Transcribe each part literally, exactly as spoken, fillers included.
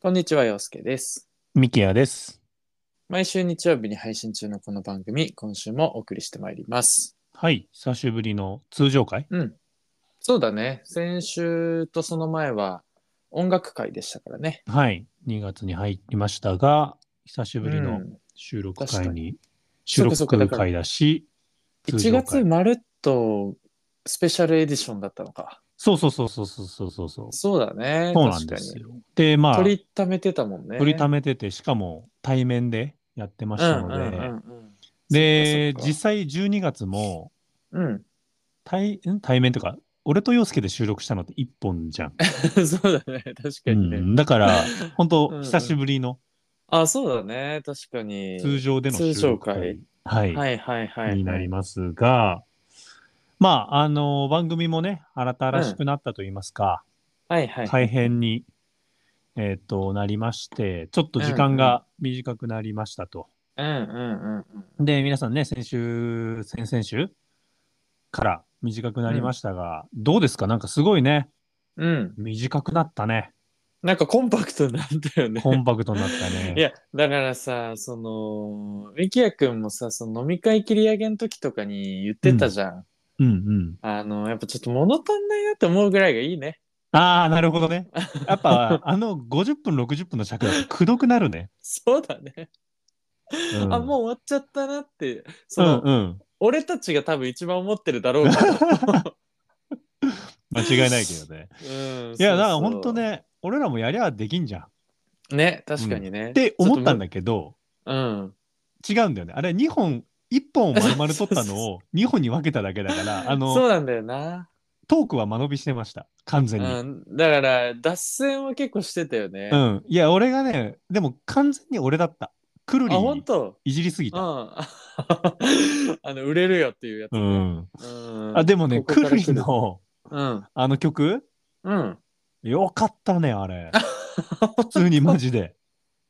こんにちは、陽介です。 ミキヤです。 毎週日曜日に配信中のこの番組、今週もお送りしてまいります。 はい、久しぶりの通常会。 うん。そうだね。先週とその前は音楽会でしたからね。 はい、にがつに入りましたが、久しぶりのうん。 収録確かに。 会に、収そっかそっか。だから、 録会だし、通 1 常会。 月まるっとスペシャルエディションだったのか。 そうそうそうそうそうそうそうそう。 そうだね。 そうなん確かに。 ですよ。で、まあ、 取りためてたもん取りたね。 めてて、しかも対面でやってましたうんうんうので、 んうん。そっかそっで、 か。 実際じゅうにがつもうん。 対、ん対面とか、俺と陽介で収録したのっていっぽんじゃん。 そうだね。確かにね。 うん、だから、本当久うんうん。 しぶりのあ、そうだね。確かに。 通常での通収常会。 録会、はい、 はいはいはいになはい。 りますが、まあ、あの番組もね、新たらしうん。 くなったといいますか、 はいはいは改いはい。 編に、えっと、なりまして、ちょっとう時間んうん。 が短くなりましたと。 うんうんうんで、皆さんね、先週、先々週から短くなうん。うりまん。 したが、どうですか？なんかすごいね、 うん。 短くなったね。 なんかコンパクトになったよね。 コンパクトになったね。 いや、だからさ、その、ミキヤくんもさ、その飲み会切り上げの時とかに言ってたうん、 じゃん。 うん、うん。 あの、やっぱちょっと物足んないなって思うぐらいがいいね。 ああ、なるほどね。やっぱ、あのごじゅっぷん、ろくじゅっぷんの尺だとくどくなるね。 そうだね。あ、もううん。 終わっちゃったなって、そうんの、 うん。 俺たちが多分一番思ってるだろうけど。 間違いないけどね。 うん、 いや、 そうだから本当そね、俺らもやりゃできんじゃう。ね、 ん。うん。っ確かにね。 てちょっとむ、 思ったんだけど、 うん。 違うんだよね。あれにほん、いっぽんをそう丸々取ったのそうそをにほんに分けただけだから、あう。 の、 そうなんだよな。 トークは間延びしてました。完全に。 うん。だから、脱線は結構してたよね。 うん。いや、俺がね、でも完全に俺だった。くるあ、 り本当。 いじりすぎうん。 た。 あの、売れるよっていうやつね。 うん。 うあ、 ん。 でもね、 ここくるりから来るぜ。 のうん。 あの曲、 うん。 よかったね、あれ。普通にマジで。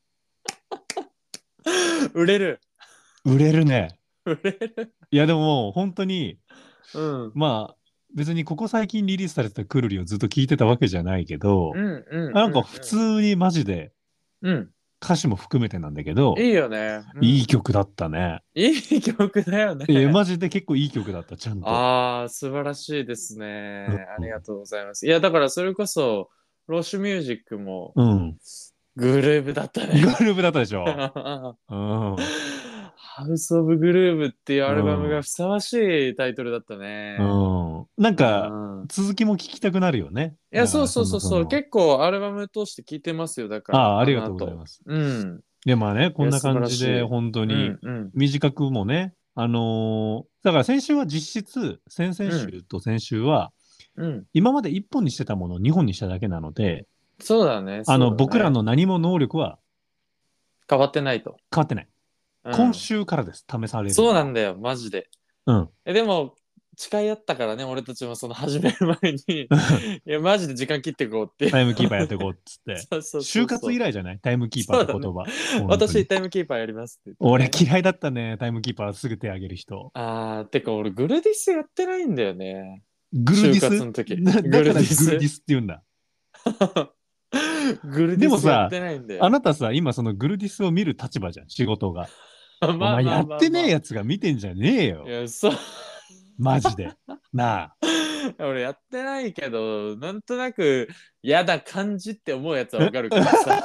売れる。 売れるね。 売れる。 いや、でももう本当に、 うん。 まあ、別にここ最近リリースされてたクルリをずっと聞いてたわけじゃないけど、 うん、うん、うん、 なんか普通にマジでうん。うん。 歌詞も含めてなんだけど、 いいよね。ういいん。 曲だったね。 いい曲だよえーね。 マジで結構いい曲だった、ちゃんと。 ああ、素晴らしいですうんね。あうん。 りがとうございます。いや、だからそれこそ、ロッシュミュージックもうん。 グルーブだったね。 グループだったでしょ？ ハうん。 ウス・オブ・グルーブっていうアうルバムがん。 ふさわしいタイトルだったね。 うん。なんうか、 ん。 続きも聞きたくなるよね。 いや、そうだから、そそうそうそう。 のその、 結構アルバム通して聴いてますよ。だから、 ああ、あありがとうございの後。 ます。 うん。 で、まあね、こんいや、 な素晴感じで、 らしい。 本当に、 うん、うん、 短くもね、あのーだから先週は実質、先々 うん、 週と先週は、 うん。 今までいっぽんにしてたものをにほんにしただけなので、 そうだね、 あの、 そうだね。 僕らの何も能力は変わってないと。 変わってない。今うん。 週からです、試されるのは。 そうなんだよ、マジで。 うん。 え、でも、誓い合ったからね、俺たちもその始める前にいや、マジで時間切っていこうって。 タイムキーパーやっていこうっつって。 そうそうそ就うそう。 活以来じゃない？タイムキーパーってそうだね。 言葉。本当に。 私、タイムキーパーやりますって言ってね。 俺嫌いだったね、タイムキーパーすぐ手挙げる人。 あー、てか俺、グルディスやってないんだよね。就グルディス活の時。 だ、だグルからディス。 グルディスって言うんだ。 グルディでもさ、 スやってないんだよ。 あなたさ、今そのグルディスを見る立場じゃん、仕事が。お前まあまあやってねえまあまあ。 やつが見てんじゃねえよ。 いや、そう。 マジで。なあ。 俺やってないけど、なんとなく嫌な感じって思うやつはわかるからさ。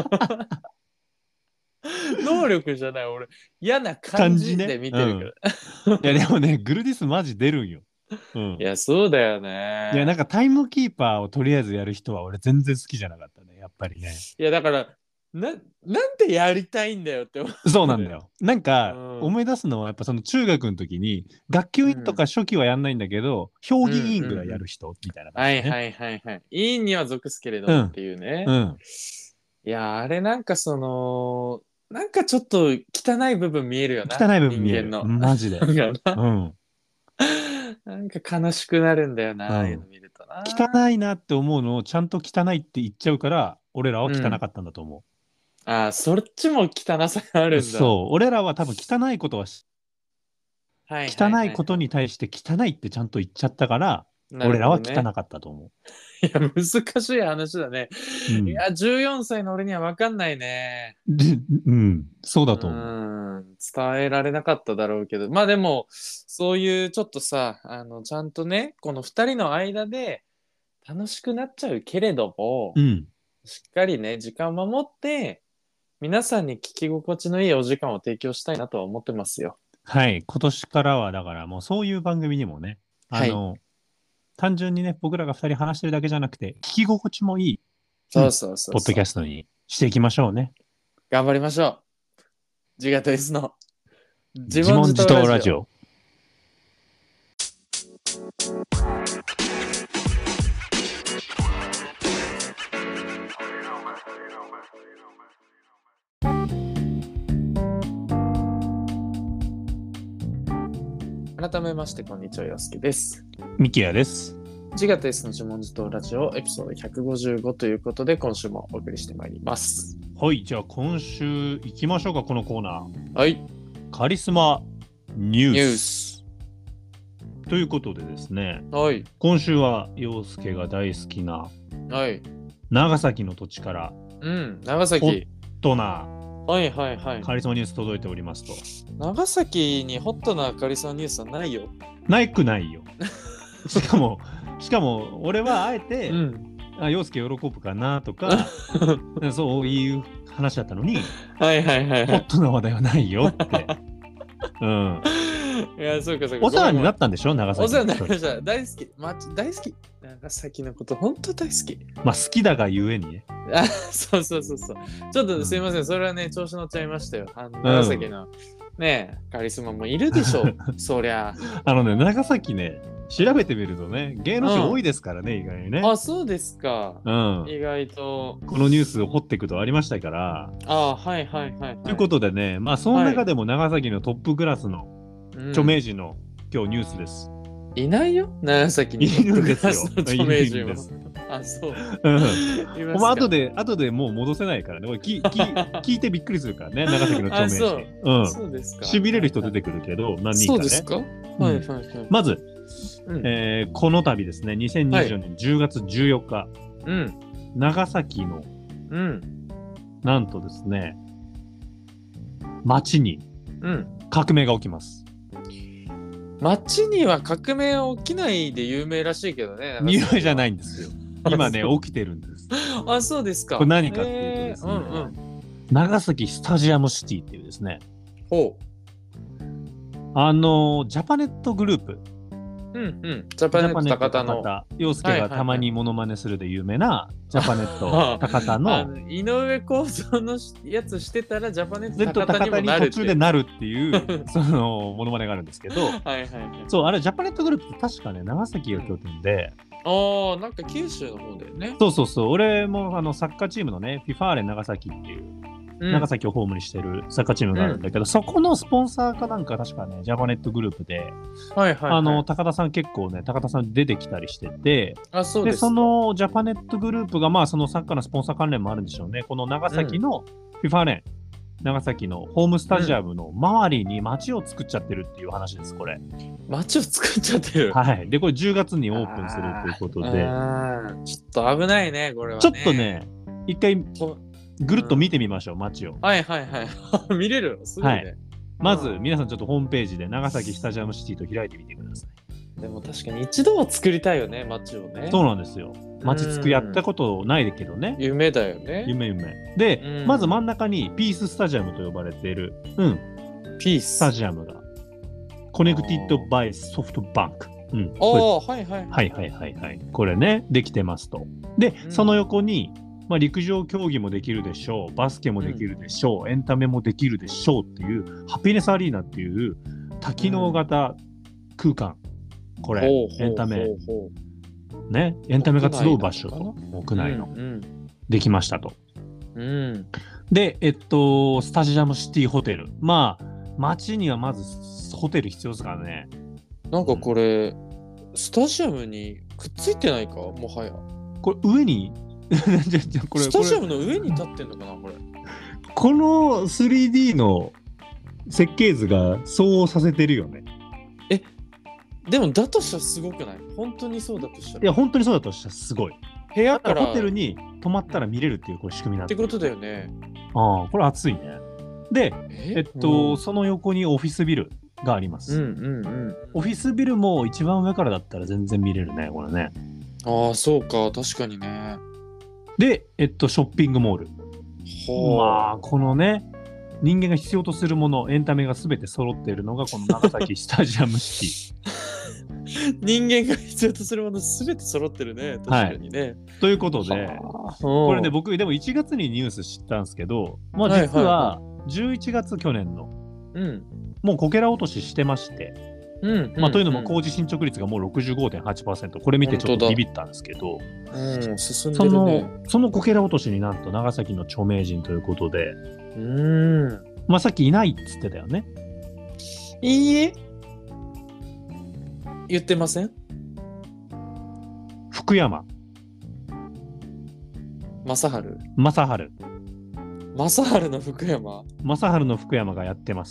能力じゃない、俺。嫌な感じで感じね。 見てるかうん。いや、 ら。 でもね、グルディスマジ出るんよ。うん。 いや、そうだよいや、なんね。 かタイムキーパーをとりあえずやる人は俺全然好きじゃなかったね、やっぱりね。 いや、だから、な、なんでやりたいんだよって思うのよ。 そうなんだよ。なんうかん。 思い出すのはやっぱその中学の時に学級委員とうん。 か初期はやんないんだけど、評うん。 議委員ぐらいうん。うん。 やる人みたいな感じだね。 はいはいはいはい。委員には属すけれどうん。 もっていうね。 うん。 いや、あれなんかその、なんかちょっと汚い部分見えるよな。 汚い部分見える。 人間の。 マジで。 なんかな、 うん。 なんか悲しくなるんだよな、ああいうのうん。 見るとな。 汚いなって思うのをちゃんと汚いって言っちゃうから、俺らはうん。 汚かったんだと思ああ、そっちも汚さがあう。 るんだ。 そう。俺らは多分汚いことはし、 はいはい汚いことはいはい。 に対して汚いってちゃんと言っちゃったから、 俺らはなるほどね。 汚かったと思いや、難しい話だね。 う。うん。 いや、じゅうよんさいの俺には分かんないね。 で、うん、そううだと思う。 ーん、伝えられなかっただろうけど、まあでも、そういうちょっとさ、あの、ちゃんとね、この二人の間で楽しくなっちゃうけれども、 うん。 しっかりね、時間を守って、皆さんに聞き心地のいいお時間を提供したいなとは思ってますよ。 はい。今年からは、だからもうそういう番組にもね、あはい。 の、単純にね、僕らが二人話してるだけじゃなくて、聞き心地もいい、うん、 そうそうそうポッドキそう。 ャストにしていきましょうね。 頑張りましょう。自我と S の自問自自問自答ラジオ。 答ラジオ。 改めまして、こんにちは、よすけです。 ミキヤです。 自我と S の自問自答ラジオエピソードひゃくごじゅうごということで、今週もお送りしてまいります。 はい、じゃあ今週行きましょうか、このコーナー。 はい。 カリスマニュース。 ニュース。 ということでですね、 はい。 今週は陽介が大好きなはい。 長崎の土地からうん。長ホッ崎。 トなはいはいはい。 カリスマニュース届いておりますと。 長崎にホットなカリスマニュースはないよ。 ないくないよ。しかも、しかも俺はあえて、 うん。 あ、陽介喜ぶかなとか、そういう話だったのに、 はいはいはいはい。 ホットな話題はないよって。うん。 いや、そうかそうか。 お世話になっったんでしょ、長崎。 お世話になりました。大好き。ま、大好き。長崎のこと、本当大好き。 まあ好きだがゆえにね。 あ、そうそうそうそう。ちょっとすいません。それはね、調子乗っちゃいましたよ。あの長崎の、ね、カリスマもいるでしょう。そりゃ。 あのね、長崎ね、調べてみるとね、芸能人多いですからね、意外にね。 あ、そうですか。 うん。 意外と。 このニュースを掘っていくとありましたから。 あ、はいはいはい、はい。 ということでね、まあその中でも長崎のトップクラスの著名人の、今日ニュースです。 いないよ、長崎に。 いるんですよ。 著名人は。あ、そう。うん。 まあ後で、後でもう戻せないからね。聞聞いてびっくりするからね、長崎の著名人。 そう。 うん。 そうですか。 しびれる人出てくるけど、何人かね。 そうですか。はいはいはい。 まず、えー、この度ですね、にせんにじゅうよねんじゅうがつじゅうよっか、うん、長崎の、うん、なんとですね、町に革命が起きます。 町には革命起きないで有名らしいけどね。 有名じゃないんですよ。今ね、起きてるんです。 あ、そうですか。 これ何かっていうとですね、えーうんうん、長崎スタジアムシティっていうですね、ほう。あの、ジャパネットグループ。 うんうん。ジャパネット高田の。 陽介がたまにモノマネするで有名な、ジャパネット高田の。 井上公造のやつしてたら、ジャパネット高田にもなるって。 途中でなるっていう、そのモノマネがあるんですけど、はいはいはい。そう、あれ、ジャパネットグループって確かね、長崎が拠点で、 ああ、なんか九州の方だよね。 そうそうそう。俺もあのサッカーチームのね、フィファーレ長崎っていう、うん、長崎をホームにしてるサッカーチームがあるんだけど、うん、そこのスポンサーかなんか確かね、ジャパネットグループで、はいはいはい、あの、高田さん結構ね、高田さん出てきたりしてて、あ、そうです。で、そのジャパネットグループが、まあ、そのサッカーのスポンサー関連もあるんでしょうね。この長崎のフィファーレ、うん、長崎のホームスタジアムの周りに街を作っちゃってるっていう話です、これ。 街を作っちゃってる。 はい。で、これじゅうがつにオープンするということで。 ちょっと危ないね、これは、ね。 ちょっとね、一回、ぐるっと見てみましょう、街を。 はいはいはい。見れるすごいね。はい、 まず、皆さんちょっとホームページで長崎スタジアムシティと開いてみてください。 でも確かに一度は作りたいよね、街をね。 そうなんですよ。街作りやったことないけどね。 夢だよね。 夢夢。で、まず真ん中にピーススタジアムと呼ばれている、うん。 ピーススタジアムが。コネクティッドバイソフトバンク。うん。 ああ、はいはい。 はいはいはいはい。これね、できてますと。で、うん、その横に、まあ、陸上競技もできるでしょう、バスケもできるでしょう、うん、エンタメもできるでしょうっていう、ハピネスアリーナっていう多機能型空間。うん、これ、エンタメ。ね、エンタメが集う場所と、屋内の、うんうん、できましたと。うん、で、えっと、スタジアムシティホテル。まあ、街にはまずホテル必要ですからね。 なんかこれ、うん、スタジアムにくっついてないかもはや。 これ上にじゃじゃこれスタジアムの上に立ってんのかなこれ。 この スリーディー の設計図がそうさせてるよね。 え、 でもだとしたらすごくない？本当にそうだとしたら。 いや本当にそうだとしたらすごい。 部屋からホテルに泊まったら見れるっていうこれ仕組みなんで。 ってことだよね。 ああ、これ熱いね。で、 ええっと、 うんその横にオフィスビルがあります。 うんうんうん。 オフィスビルも一番上からだったら全然見れるね、これね。 ああ、そうか、確かにね。 で、えっと、ショッピングモール。 ほう。 まあ、このね、人間が必要とするもの、エンタメが全て揃っているのが、この長崎スタジアムシティ。 人間が必要とするものすべて揃ってるね。確かにね。 ということで、 はあこれね、僕、でもいちがつにニュース知ったんですけど、まあ、実はじゅういちがつ去年の、 うん。 もうこけら落とししてまして、 うん。 まあ、というのもん工事進捗率がもう ろくじゅうごてんはちパーセント、これ見てちょっとビビったんですけど、 うん、進んでそのるね。 そのこけら落としになんと長崎の著名人ということで、 うん。 まあ、さっきいないっつってたよね。 いいえ。言ってません？ 福山正治。 正治正治の福山。 正治の福山がやってます。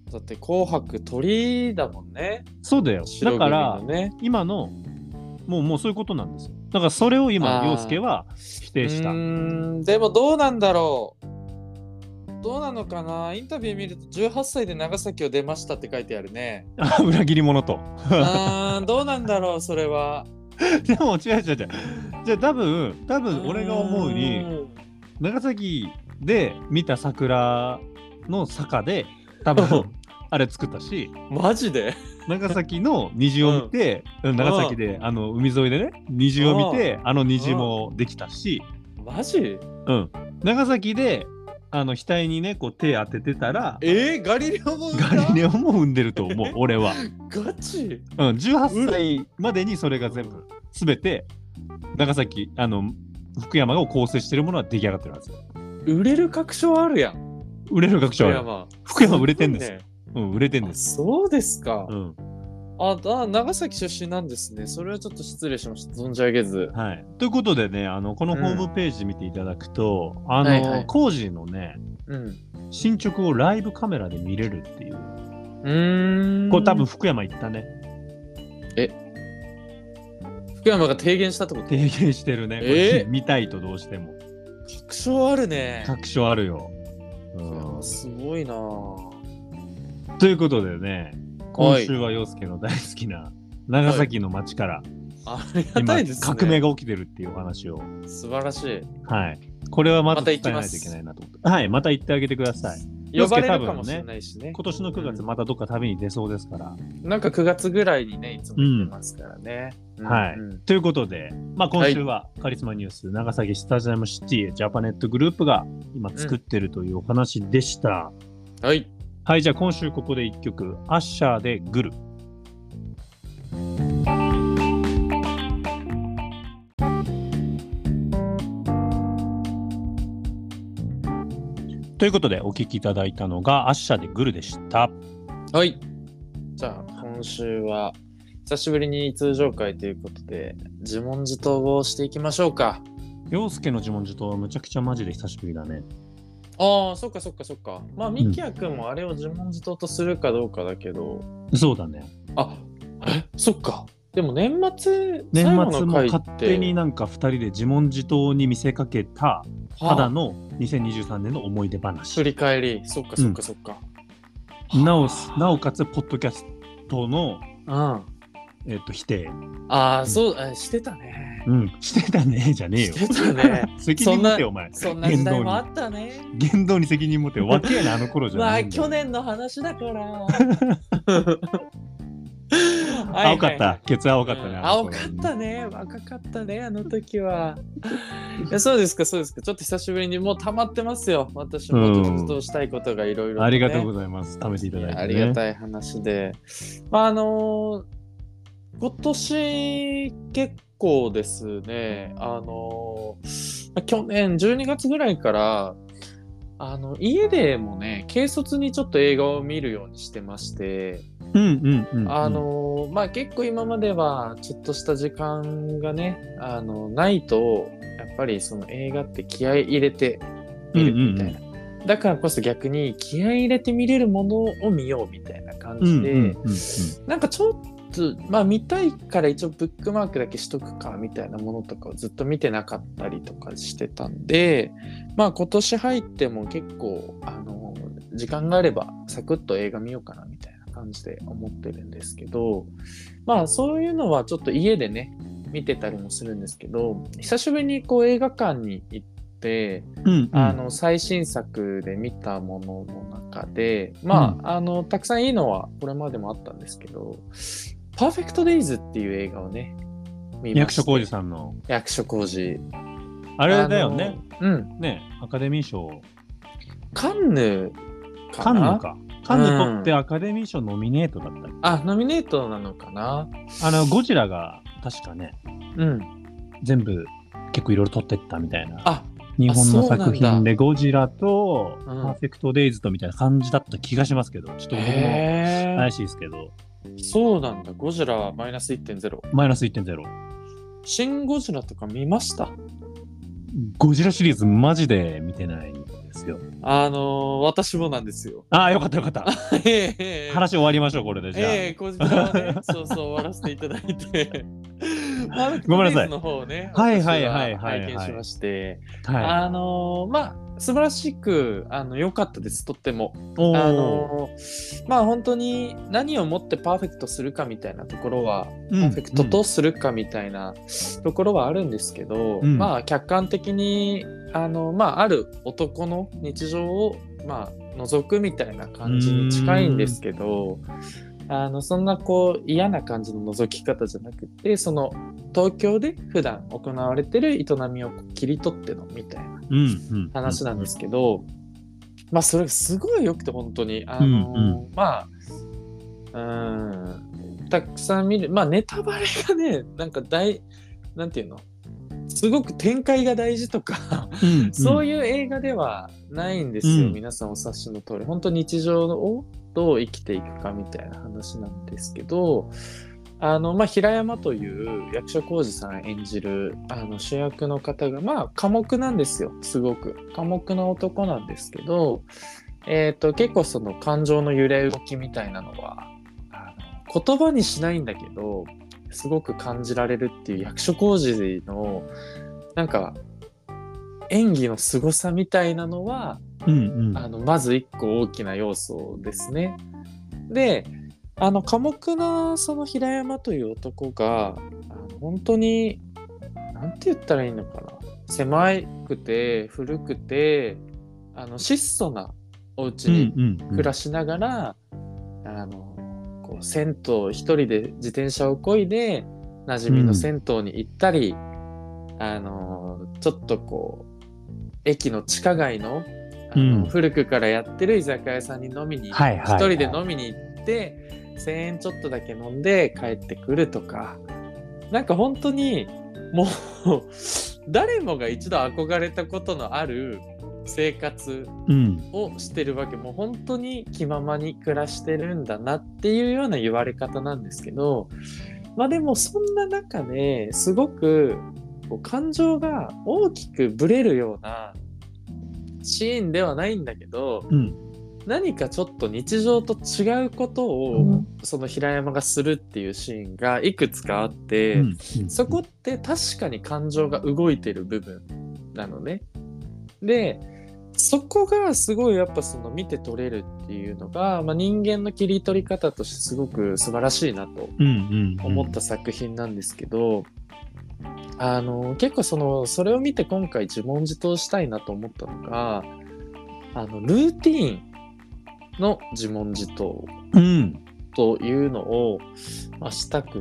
だって紅白鳥だもんね。 そうだよ。だ白組からのね。 今のもうもうそういうことなんですよ。だからそれを今あー陽介は否定した。 うーん、でもどうなんだろう。どうなのかな。インタビュー見るとじゅうはっさいで長崎を出ましたって書いてあるね。 あ裏切り者と。 あーどうなんだろうそれは。 でも違う違う違う。じゃあ多分多分俺が思うにん長崎で見た桜の坂で多分あれ作ったし、 マジで長崎の虹を見て、うん、長崎であの海沿いでね虹を見てあの虹もできたし、 マジうん、長崎であの額にねこう手当ててたらえー、ガリレオも産んだガリレオも産んでると思う俺は、 ガチうん、じゅうはっさいまでにそれが全部全て長崎あの福山を構成してるものは出来上がってるはず。 売れる確証あるやん。 売れる学長福山。 福山売れてんですよ、 ね、 うん売れてんであす。 そうですか。 うんああ、長崎出身なんですね。それはちょっと失礼しました。存じ上げず。 はい、ということでねあのこのホームページ見ていただくと、うん、あの、 はいはい、 工事のね、 うん、 進捗をライブカメラで見れるっていう。 うーんこれ多分福山行ったね。 え福山が提言したってこと？ 提言してるね。 えー、 見たいとどうしても。 確証あるね。 確証あるよ。 うん、すごいな。 ということでね、今週は陽介の大好きな長崎の街から、 ありがたいですね。 今革命が起きてるっていうお話を。 素晴らしい。 はい。これはまた伝えまたないといけないなと思って。はい、また行ってあげてください。 呼ばれるかもしれないしね。 今年のくがつまたどっか旅に出そうですから。 うん、なんかくがつぐらいにね、いつも行ってますからね。 うんうん、はい、うん。ということで、まあ今週はカリスマニュース、はい、長崎スタジアムシティジャパネットグループが今作ってるというお話でした。 うん、はい。 はい、じゃあ今週ここでいっきょく、アッシャーでグル。ということでお聴きいただいたのがアッシャーでグルでした。 はい。じゃあ今週は久しぶりに通常会ということで自問自答をしていきましょうか。 陽介の自問自答はむちゃくちゃマジで久しぶりだね。 ああ、そっかそっかそっか。まあミキヤ君もあれを自問自答とするかどうかだけど、 うん、そうだね。 あ、え、そっか。でも年末年末も勝手になんかふたりで自問自答に見せかけたただのにせんにじゅうさんねんの思い出話。 振り返り、そっかそっかそっか。 うん、なおなおかつポッドキャストの、 うんえっと否定。 ああ、そう、うん、してたね。 うん、してたねじゃねえよ。 してたね。 責任持てよお前。 そんな時代もあったね。 言動に責任持てよ。わけやなあの頃じゃない。 まあ去年の話だから。 青かった、ケツ青かったね、 うん、青かったね、若かったね、あの時は。いや、そうですか、そうですか、ちょっと久しぶりにもう溜まってますよ。私もちょっとしたいことがいろいろ。 ありがとうございます。貯めていただいて、ね、 ありがたい話で。まあ、あのー、今年結構ですね、あのー、去年じゅうにがつぐらいから、あの家でもね軽率にちょっと映画を見るようにしてまして、 うんうんうんうん、 あのまあ結構今まではちょっとした時間がねあのないとやっぱりその映画って気合い入れて見るみたいな、うんうんうん、だからこそ逆に気合い入れて見れるものを見ようみたいな感じで、うんうんうんうん、なんかちょっとまあ見たいから一応ブックマークだけしとくかみたいなものとかをずっと見てなかったりとかしてたんで、まあ今年入っても結構あの時間があればサクッと映画見ようかなみたいな感じで思ってるんですけど、まあそういうのはちょっと家でね見てたりもするんですけど、久しぶりにこう映画館に行って、うんうん、あの最新作で見たものの中でまあ、うん、あのたくさんいいのはこれまでもあったんですけど、パーフェクトデイズっていう映画をね見まして、 役所広司さんの役所広司あれだよね、うんね、アカデミー賞カンヌかな、カンヌかカンヌ取ってアカデミー賞ノミネートだったり、うん、 あノミネートなのかな。 あのゴジラが確かね、うん、全部結構いろいろ取ってったみたいな。あ日本の作品でゴジラとパーフェクトデイズとみたいな感じだった気がしますけど、ちょっと僕も怪しいですけど。 そうなんだ。ゴジラはマイナス いってんゼロ。 マイナス いってんゼロ。 シン・ゴジラとか見ました？ ゴジラシリーズマジで見てないんですよ。 あのー、私もなんですよ。 ああ、よかったよかった。えー、話終わりましょう、これで。じゃあ。 ええー、ゴジラはね、そうそう終わらせていただいて。 ごめんなさい。 の方をね、 はいはいはいはい、 拝見しまして、はい、あのー、まあ素晴らしくあの良かったです。とってもあのー、まあ本当に何をもってパーフェクトするかみたいなところは、うん、パーフェクトとするかみたいなところはあるんですけど、うん、まあ客観的にあのまあある男の日常をまあ覗くみたいな感じに近いんですけど。あのそんなこう嫌な感じの覗き方じゃなくて、その東京で普段行われてる営みを切り取ってのみたいな話なんですけど、まあそれがすごい良くて本当にあの、うんうん、まあうんたくさん見る、まあネタバレがねなんか大なんていうのすごく展開が大事とか、うんうん、そういう映画ではないんですよ、うん、皆さんお察しの通り本当日常をどう生きていくかみたいな話なんですけど、あの、まあ、平山という役所広司さん演じるあの主役の方がまあ寡黙なんですよ。すごく寡黙な男なんですけど、えーと、結構その感情の揺れ動きみたいなのはあの言葉にしないんだけどすごく感じられるっていう役所広司のなんか演技の凄さみたいなのは、うんうん、あのまず一個大きな要素ですね。で、あの寡黙なその平山という男があの本当になんて言ったらいいのかな、狭くて古くてあの質素なお家に暮らしながら、うんうんうん、あのこう銭湯一人で自転車を漕いで馴染みの銭湯に行ったり、うん、あのちょっとこう駅の地下街の、あの、うん、古くからやってる居酒屋さんに飲みに、はいはいはい、一人で飲みに行ってせんえんちょっとだけ飲んで帰ってくるとか、なんか本当にもう誰もが一度憧れたことのある生活をしてるわけ、うん、もう本当に気ままに暮らしてるんだなっていうような言われ方なんですけど、まあでもそんな中ですごくこう感情が大きくブレるようなシーンではないんだけど、うん、何かちょっと日常と違うことをその平山がするっていうシーンがいくつかあって、うんうん、そこって確かに感情が動いてる部分なのね。でそこがすごいやっぱその見て取れるっていうのが、まあ、人間の切り取り方としてすごく素晴らしいなと思った作品なんですけど、あの結構そのそれを見て今回自問自答したいなと思ったのが、あのルーティーンの自問自答というのを、まあ、したくって、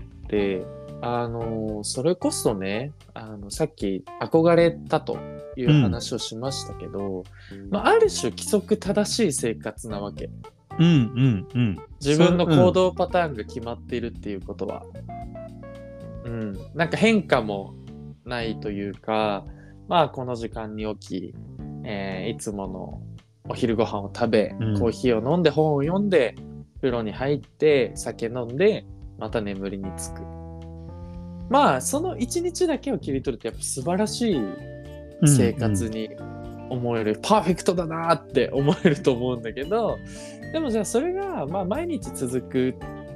あのそれこそね、あのさっき憧れたという話をしましたけど、うんまあ、ある種規則正しい生活なわけ、うんうんうん、自分の行動パターンが決まっているっていうことは、うん、なんか変化もないというか、まあこの時間に起き、えー、いつものお昼ご飯を食べ、うん、コーヒーを飲んで本を読んで風呂に入って酒飲んでまた眠りにつく。まあその一日だけを切り取るとやっぱ素晴らしい生活に思える、うんうん、パーフェクトだなって思えると思うんだけど、でもじゃあそれがまあ毎日続く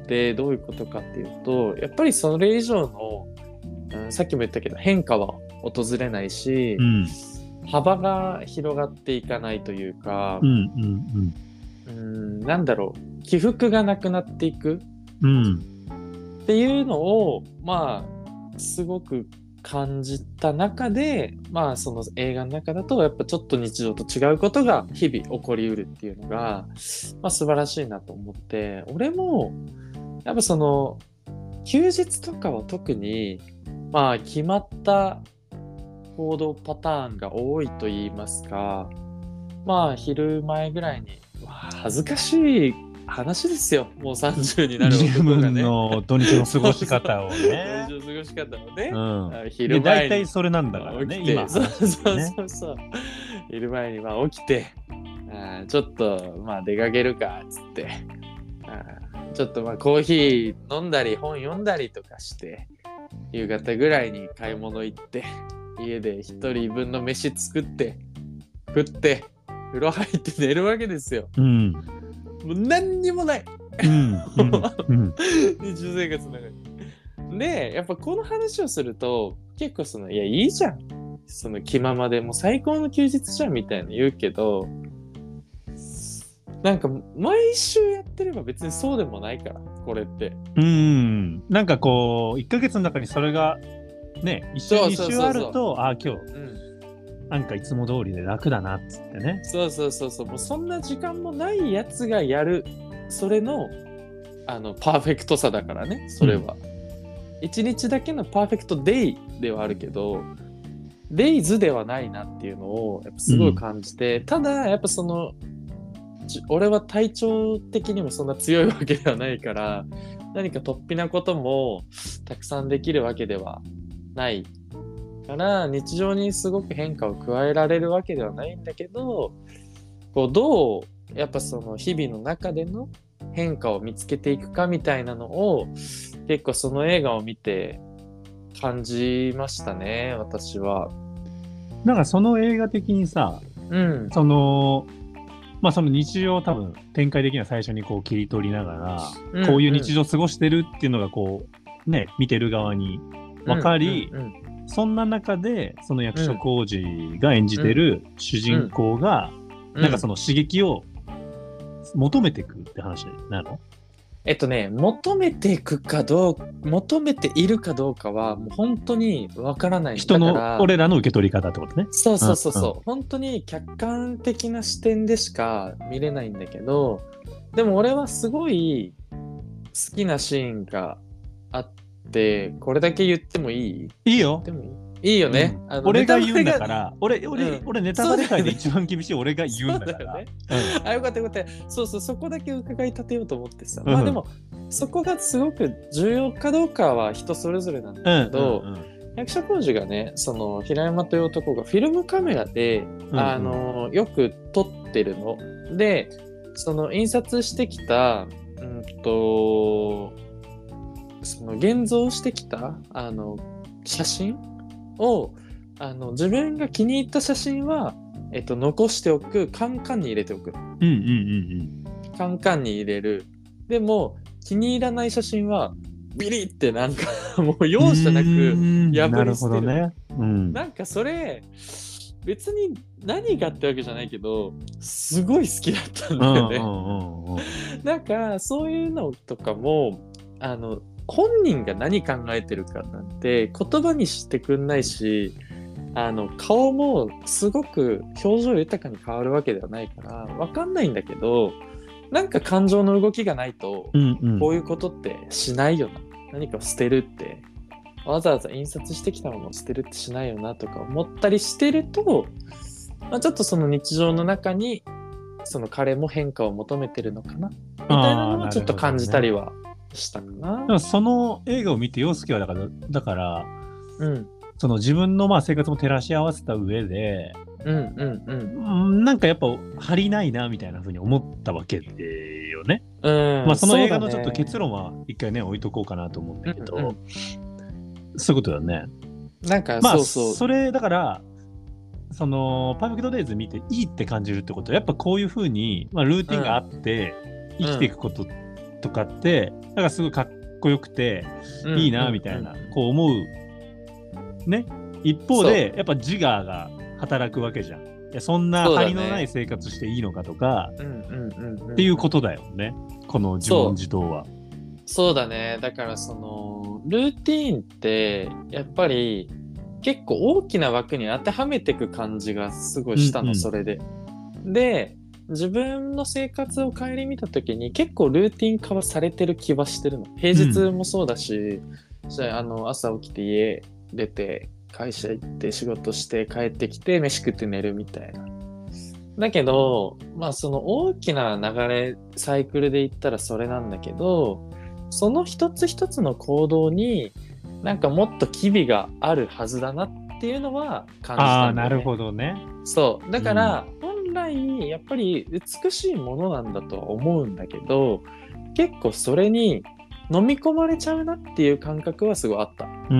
ってどういうことかっていうと、やっぱりそれ以上の、うん、さっきも言ったけど変化は訪れないし、 うん、 幅が広がっていかないというか、 うんうんうん、なんだろう、起伏がなくなっていくうんっていうのをまあすごく感じた中で、まあその映画の中だとやっぱちょっと日常と違うことが日々起こりうるっていうのが、まあ、素晴らしいなと思って、俺もやっぱその休日とかは特にまあ決まった行動パターンが多いと言いますか、まあ昼前ぐらいに、わあ恥ずかしい話ですよ、もうさんじゅうになる自男が分ね。 の土日の過ごし方を土ね。 日の過ごし方をね、 うんあで昼前に大体それなんだからね起きて、 今そう話してそうるね。 そうそう、昼前にまあ起きて、あーちょっとまあ出かけるかっつって、あーちょっとまあコーヒー飲んだり本読んだりとかして、夕方ぐらいに買い物行って、家で一人分の飯作って食って風呂入って寝るわけですよ。 うんもう何にもないうんうんうん日常生活の中に。で、やっぱこの話をすると結構その、いやいいじゃん、その気ままでもう最高の休日じゃんみたいな言うけど、なんか毎週やってれば別にそうでもないから、これって。 うんなんかこういっかげつの中にそれがね一週そう二週そうそうそうあると、あ今日うん、 なんかいつも通りで楽だなっつってね。 そうそうそうそう、もうそんな時間もないやつがやる、それのあのパーフェクトさだからね、それは。一、日だけのパーフェクトデイではあるけど、デイズではないなっていうのをやっぱすごい感じて、うん、ただやっぱその俺は体調的にもそんな強いわけではないから、何か突飛なこともたくさんできるわけではないから日常にすごく変化を加えられるわけではないんだけど、こうどうやっぱその日々の中での変化を見つけていくかみたいなのを結構その映画を見て感じましたね、私は。 なんかその映画的にさ、 うん、 そのまあその日常を多分展開的には最初にこう切り取りながら、うん、こういう日常を過ごしてるっていうのがこうね見てる側に分かり、うんうんうん、そんな中でその役所広司が演じてる主人公が、うん、なんかその刺激を求めていくって話なの？ えっとね、求めていくかどう求めているかどうかはもう本当にわからない。 人の俺らの受け取り方ってことね。 そうそうそうそう、うんうん、本当に客観的な視点でしか見れないんだけど、でも俺はすごい好きなシーンがあって、これだけ言ってもいい？ いいよ。 でもいい？いいよね、 うん、あの俺が言うんだから俺俺、うん、俺ネタバレ界で一番厳しい俺が言うんだからね、うん、あよかったよかった。そうそう、そこだけ伺い立てようと思ってさ、うん、まあでもそこがすごく重要かどうかは人それぞれなんだけど、うんうんうん、役所広司がね、その平山という男がフィルムカメラで、うんうん、あのよく撮ってるので、その印刷してきたうんとその現像してきたあの写真をあの自分が気に入った写真は、えっと、残しておく、カンカンに入れておく、うんうんうんうん、カンカンに入れる。でも気に入らない写真はビリってなんかもう容赦なく破り捨てる。なるほどね、うん、なんかそれ別に何がってわけじゃないけどすごい好きだったんだよね、うんうんうんうん、なんかそういうのとかもあの本人が何考えてるかなんて言葉にしてくんないし、あの顔もすごく表情豊かに変わるわけではないから分かんないんだけど、なんか感情の動きがないと、うんうん、こういうことってしないよな、何かを捨てるってわざわざ印刷してきたものを捨てるってしないよなとか思ったりしてると、まあ、ちょっとその日常の中にその彼も変化を求めてるのかなみたいなのをちょっと感じたりはしたかな。 でもその映画を見て陽介はだからだから、 うん、 その自分のまあ生活も照らし合わせた上で、 うんうんうん、 なんかやっぱ張りないなみたいな風に思ったわけよね。 うん、 まあその映画のちょっと結論は一回ね置いとこうかなと思うんだけど、うんうん、そういうことだよね。 なんか、 まあ、 そうそう、 それだからそのパーフェクトデイズ見ていいって感じるってことはやっぱこういう風に、まあ、ルーティンがあって生きていくこととかってなんかすごいかっこよくていいなみたいな、 うんうんうん、 こう思うね。一方でやっぱ自我が働くわけじゃん。いやそんな張りのない生活していいのかとかっていうことだよね、この自問自答は。 そうだね。だからそのルーティーンってやっぱり結構大きな枠に当てはめていく感じがすごいしたの、うんうん、それで。で、自分の生活を顧みた時に結構ルーティン化はされてる気はしてるの。平日もそうだし、うん、あの朝起きて家出て会社行って仕事して帰ってきて飯食って寝るみたいな。だけど、まあその大きな流れサイクルで言ったらそれなんだけど、その一つ一つの行動になんかもっと機微があるはずだなっていうのは感じたんだよね。 ああ、なるほどね。 そう。だから、うん、本来やっぱり美しいものなんだとは思うんだけど、結構それに飲み込まれちゃうなっていう感覚はすごいあった。 うん。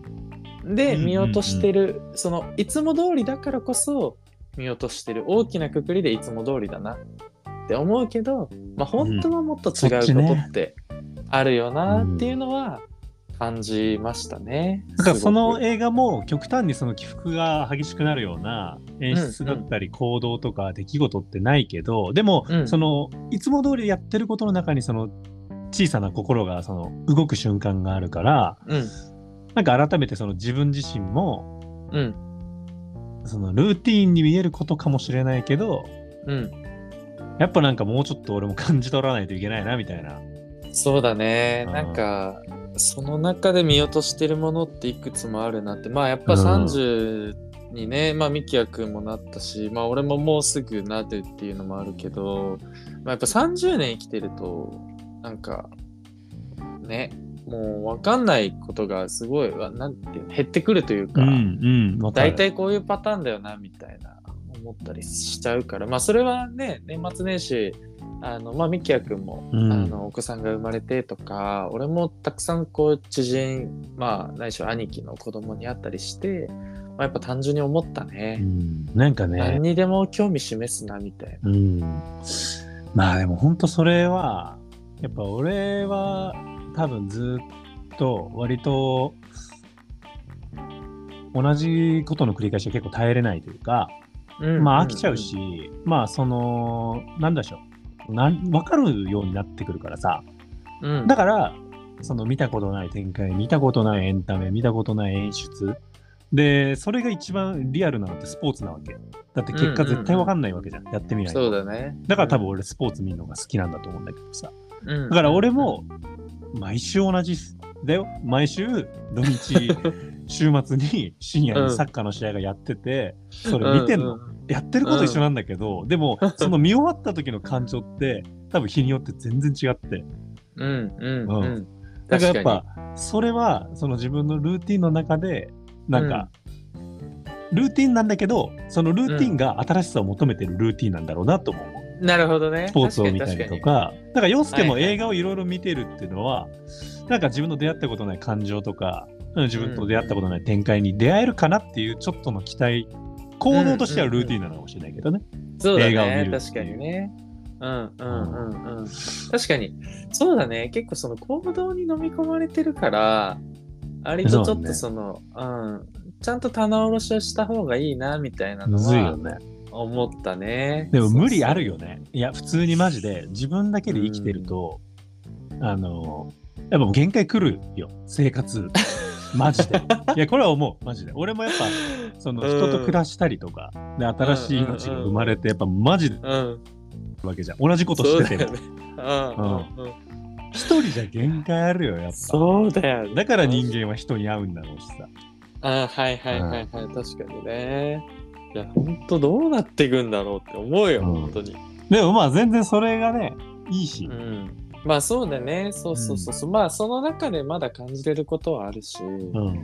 で、見落としてる、うんうんうん、そのいつも通りだからこそ見落としてる大きな括りでいつも通りだなって思うけど、まあ本当はもっと違うことってあるよなっていうのは感じましたね。 だからその映画も極端にその起伏が激しくなるような演出だったり行動とか出来事ってないけど、うんうん、でもそのいつも通りやってることの中にその小さな心がその動く瞬間があるから、うん、なんか改めてその自分自身も、うん、そのルーティーンに見えることかもしれないけど、うん、やっぱなんかもうちょっと俺も感じ取らないといけないなみたいな。 そうだね、うん、なんかその中で見落としてるものっていくつもあるなって。まあやっぱさんじゅうにね、うん、まあミキヤくんもなったし、まあ俺ももうすぐなるっていうのもあるけど、まあ、やっぱさんじゅうねん生きてるとなんかね、もう分かんないことがすごいなんていう減ってくるというか、うんうん、だいたいこういうパターンだよなみたいな思ったりしちゃうから、まあそれはね、年末年始あのまあミキヤくんも、うん、あのお子さんが生まれてとか、俺もたくさんこう知人、まあないしは兄貴の子供に会ったりして、まあ、やっぱ単純に思ったね、うん、 なんかね何にでも興味示すなみたいな、うん、 まあでも本当それはやっぱ俺は多分ずっと割と同じことの繰り返しは結構耐えれないというか、うん、まあ飽きちゃうし、うん、まあそのなんだしょうな分かるようになってくるからさ、うん、だからその見たことない展開、見たことないエンタメ、見たことない演出で、それが一番リアルなのってスポーツなわけだって。結果絶対分かんないわけじゃん、うんうんうん、やってみないと。 そうだね。 だから多分俺スポーツ見るのが好きなんだと思うんだけどさ、うん、だから俺も毎週同じだよ。毎週土日週末に深夜にサッカーの試合がやってて、うん、それ見てんの、うんうん、やってること一緒なんだけど、うん、でもその見終わった時の感情って多分日によって全然違って、うんうんうん、だからやっぱそれはその自分のルーティンの中でなんか、うん、ルーティンなんだけど、そのルーティンが新しさを求めてるルーティンなんだろうなと思う。 なるほどね。 スポーツを見たりとか、だから陽介も映画をいろいろ見てるっていうのは、はいはい、なんか自分の出会ったことない感情とか、自分と出会ったことない展開に出会えるかなっていうちょっとの期待、行動としてはルーティンなのかもしれないけどね。 うんうんうん、そうだね。映画を見る。確かにね。うんうんうんうん。確かに。そうだね。結構その行動に飲み込まれてるから、割とちょっとその、う、ね、うん、ちゃんと棚卸しをした方がいいなみたいなのは。むずいよね。思ったね。 でも無理あるよね。いや普通にマジで自分だけで生きてると、うん、あのやっぱもう限界来るよ生活マジで。いやこれは思うマジで。俺もやっぱその人と暮らしたりとか、うん、で新しい命が生まれてやっぱマジで、うん、わけじゃん。同じことしてても。一人じゃ限界あるよやっぱ。 そうだよ、ね。 だから人間は人に会うんだろうしさ。 あはいはいはいはい、うん、確かにね。いや本当どうなっていくんだろうって思うよ、うん、本当に。 でもまあ全然それがねいいし、うん、 まあそうだね。そうそうそうそう、うん、まあその中でまだ感じれることはあるし、うん、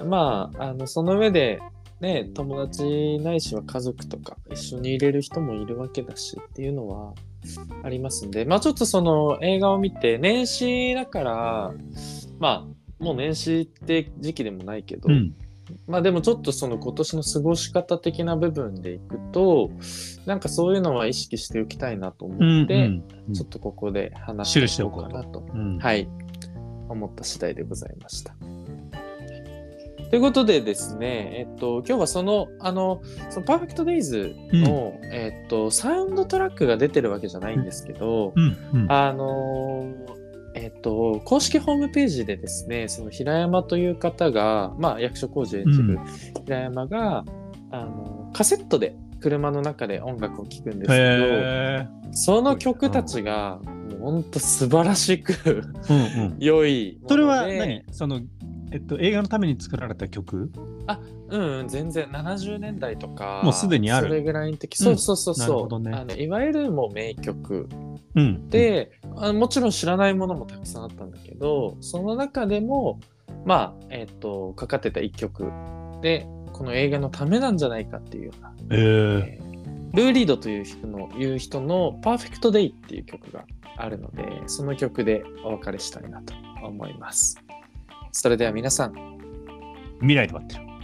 まああのその上でね友達ないしは家族とか一緒に入れる人もいるわけだしっていうのはありますんで、まあちょっとその映画を見て年始だからまあもう年始って時期でもないけど、うんまあでもちょっとその今年の過ごし方的な部分でいくと、なんかそういうのは意識しておきたいなと思って、 うんうん、 ちょっとここで話しておこうかなと、 うん、 はい思った次第でございました。ということでですね、えっと今日はそのあのそのパーフェクトデイズの、うん、えっとサウンドトラックが出てるわけじゃないんですけど、 うんうん、 あのえっと公式ホームページでですね、その平山という方が、まあ役所広司を演じる平山が、うん、あのカセットで車の中で音楽を聴くんですけど、その曲たちがもう本当素晴らしくうん、うん、良いもので。 それは何？そのえっと映画のために作られた曲？ あ、うん、うん、全然ななじゅうねんだいとかもうすでにある。 それぐらいの時、そうそうそうそう、うん、ね、あのいわゆるもう名曲、うん、で、あもちろん知らないものもたくさんあったんだけど、その中でもまあえっとかかってたいっきょくでこの映画のためなんじゃないかっていうような、 えーえー、ルー・リードという人のいう人のパーフェクトデイっていう曲があるので、その曲でお別れしたいなと思います。それでは皆さん、 未来で待ってる。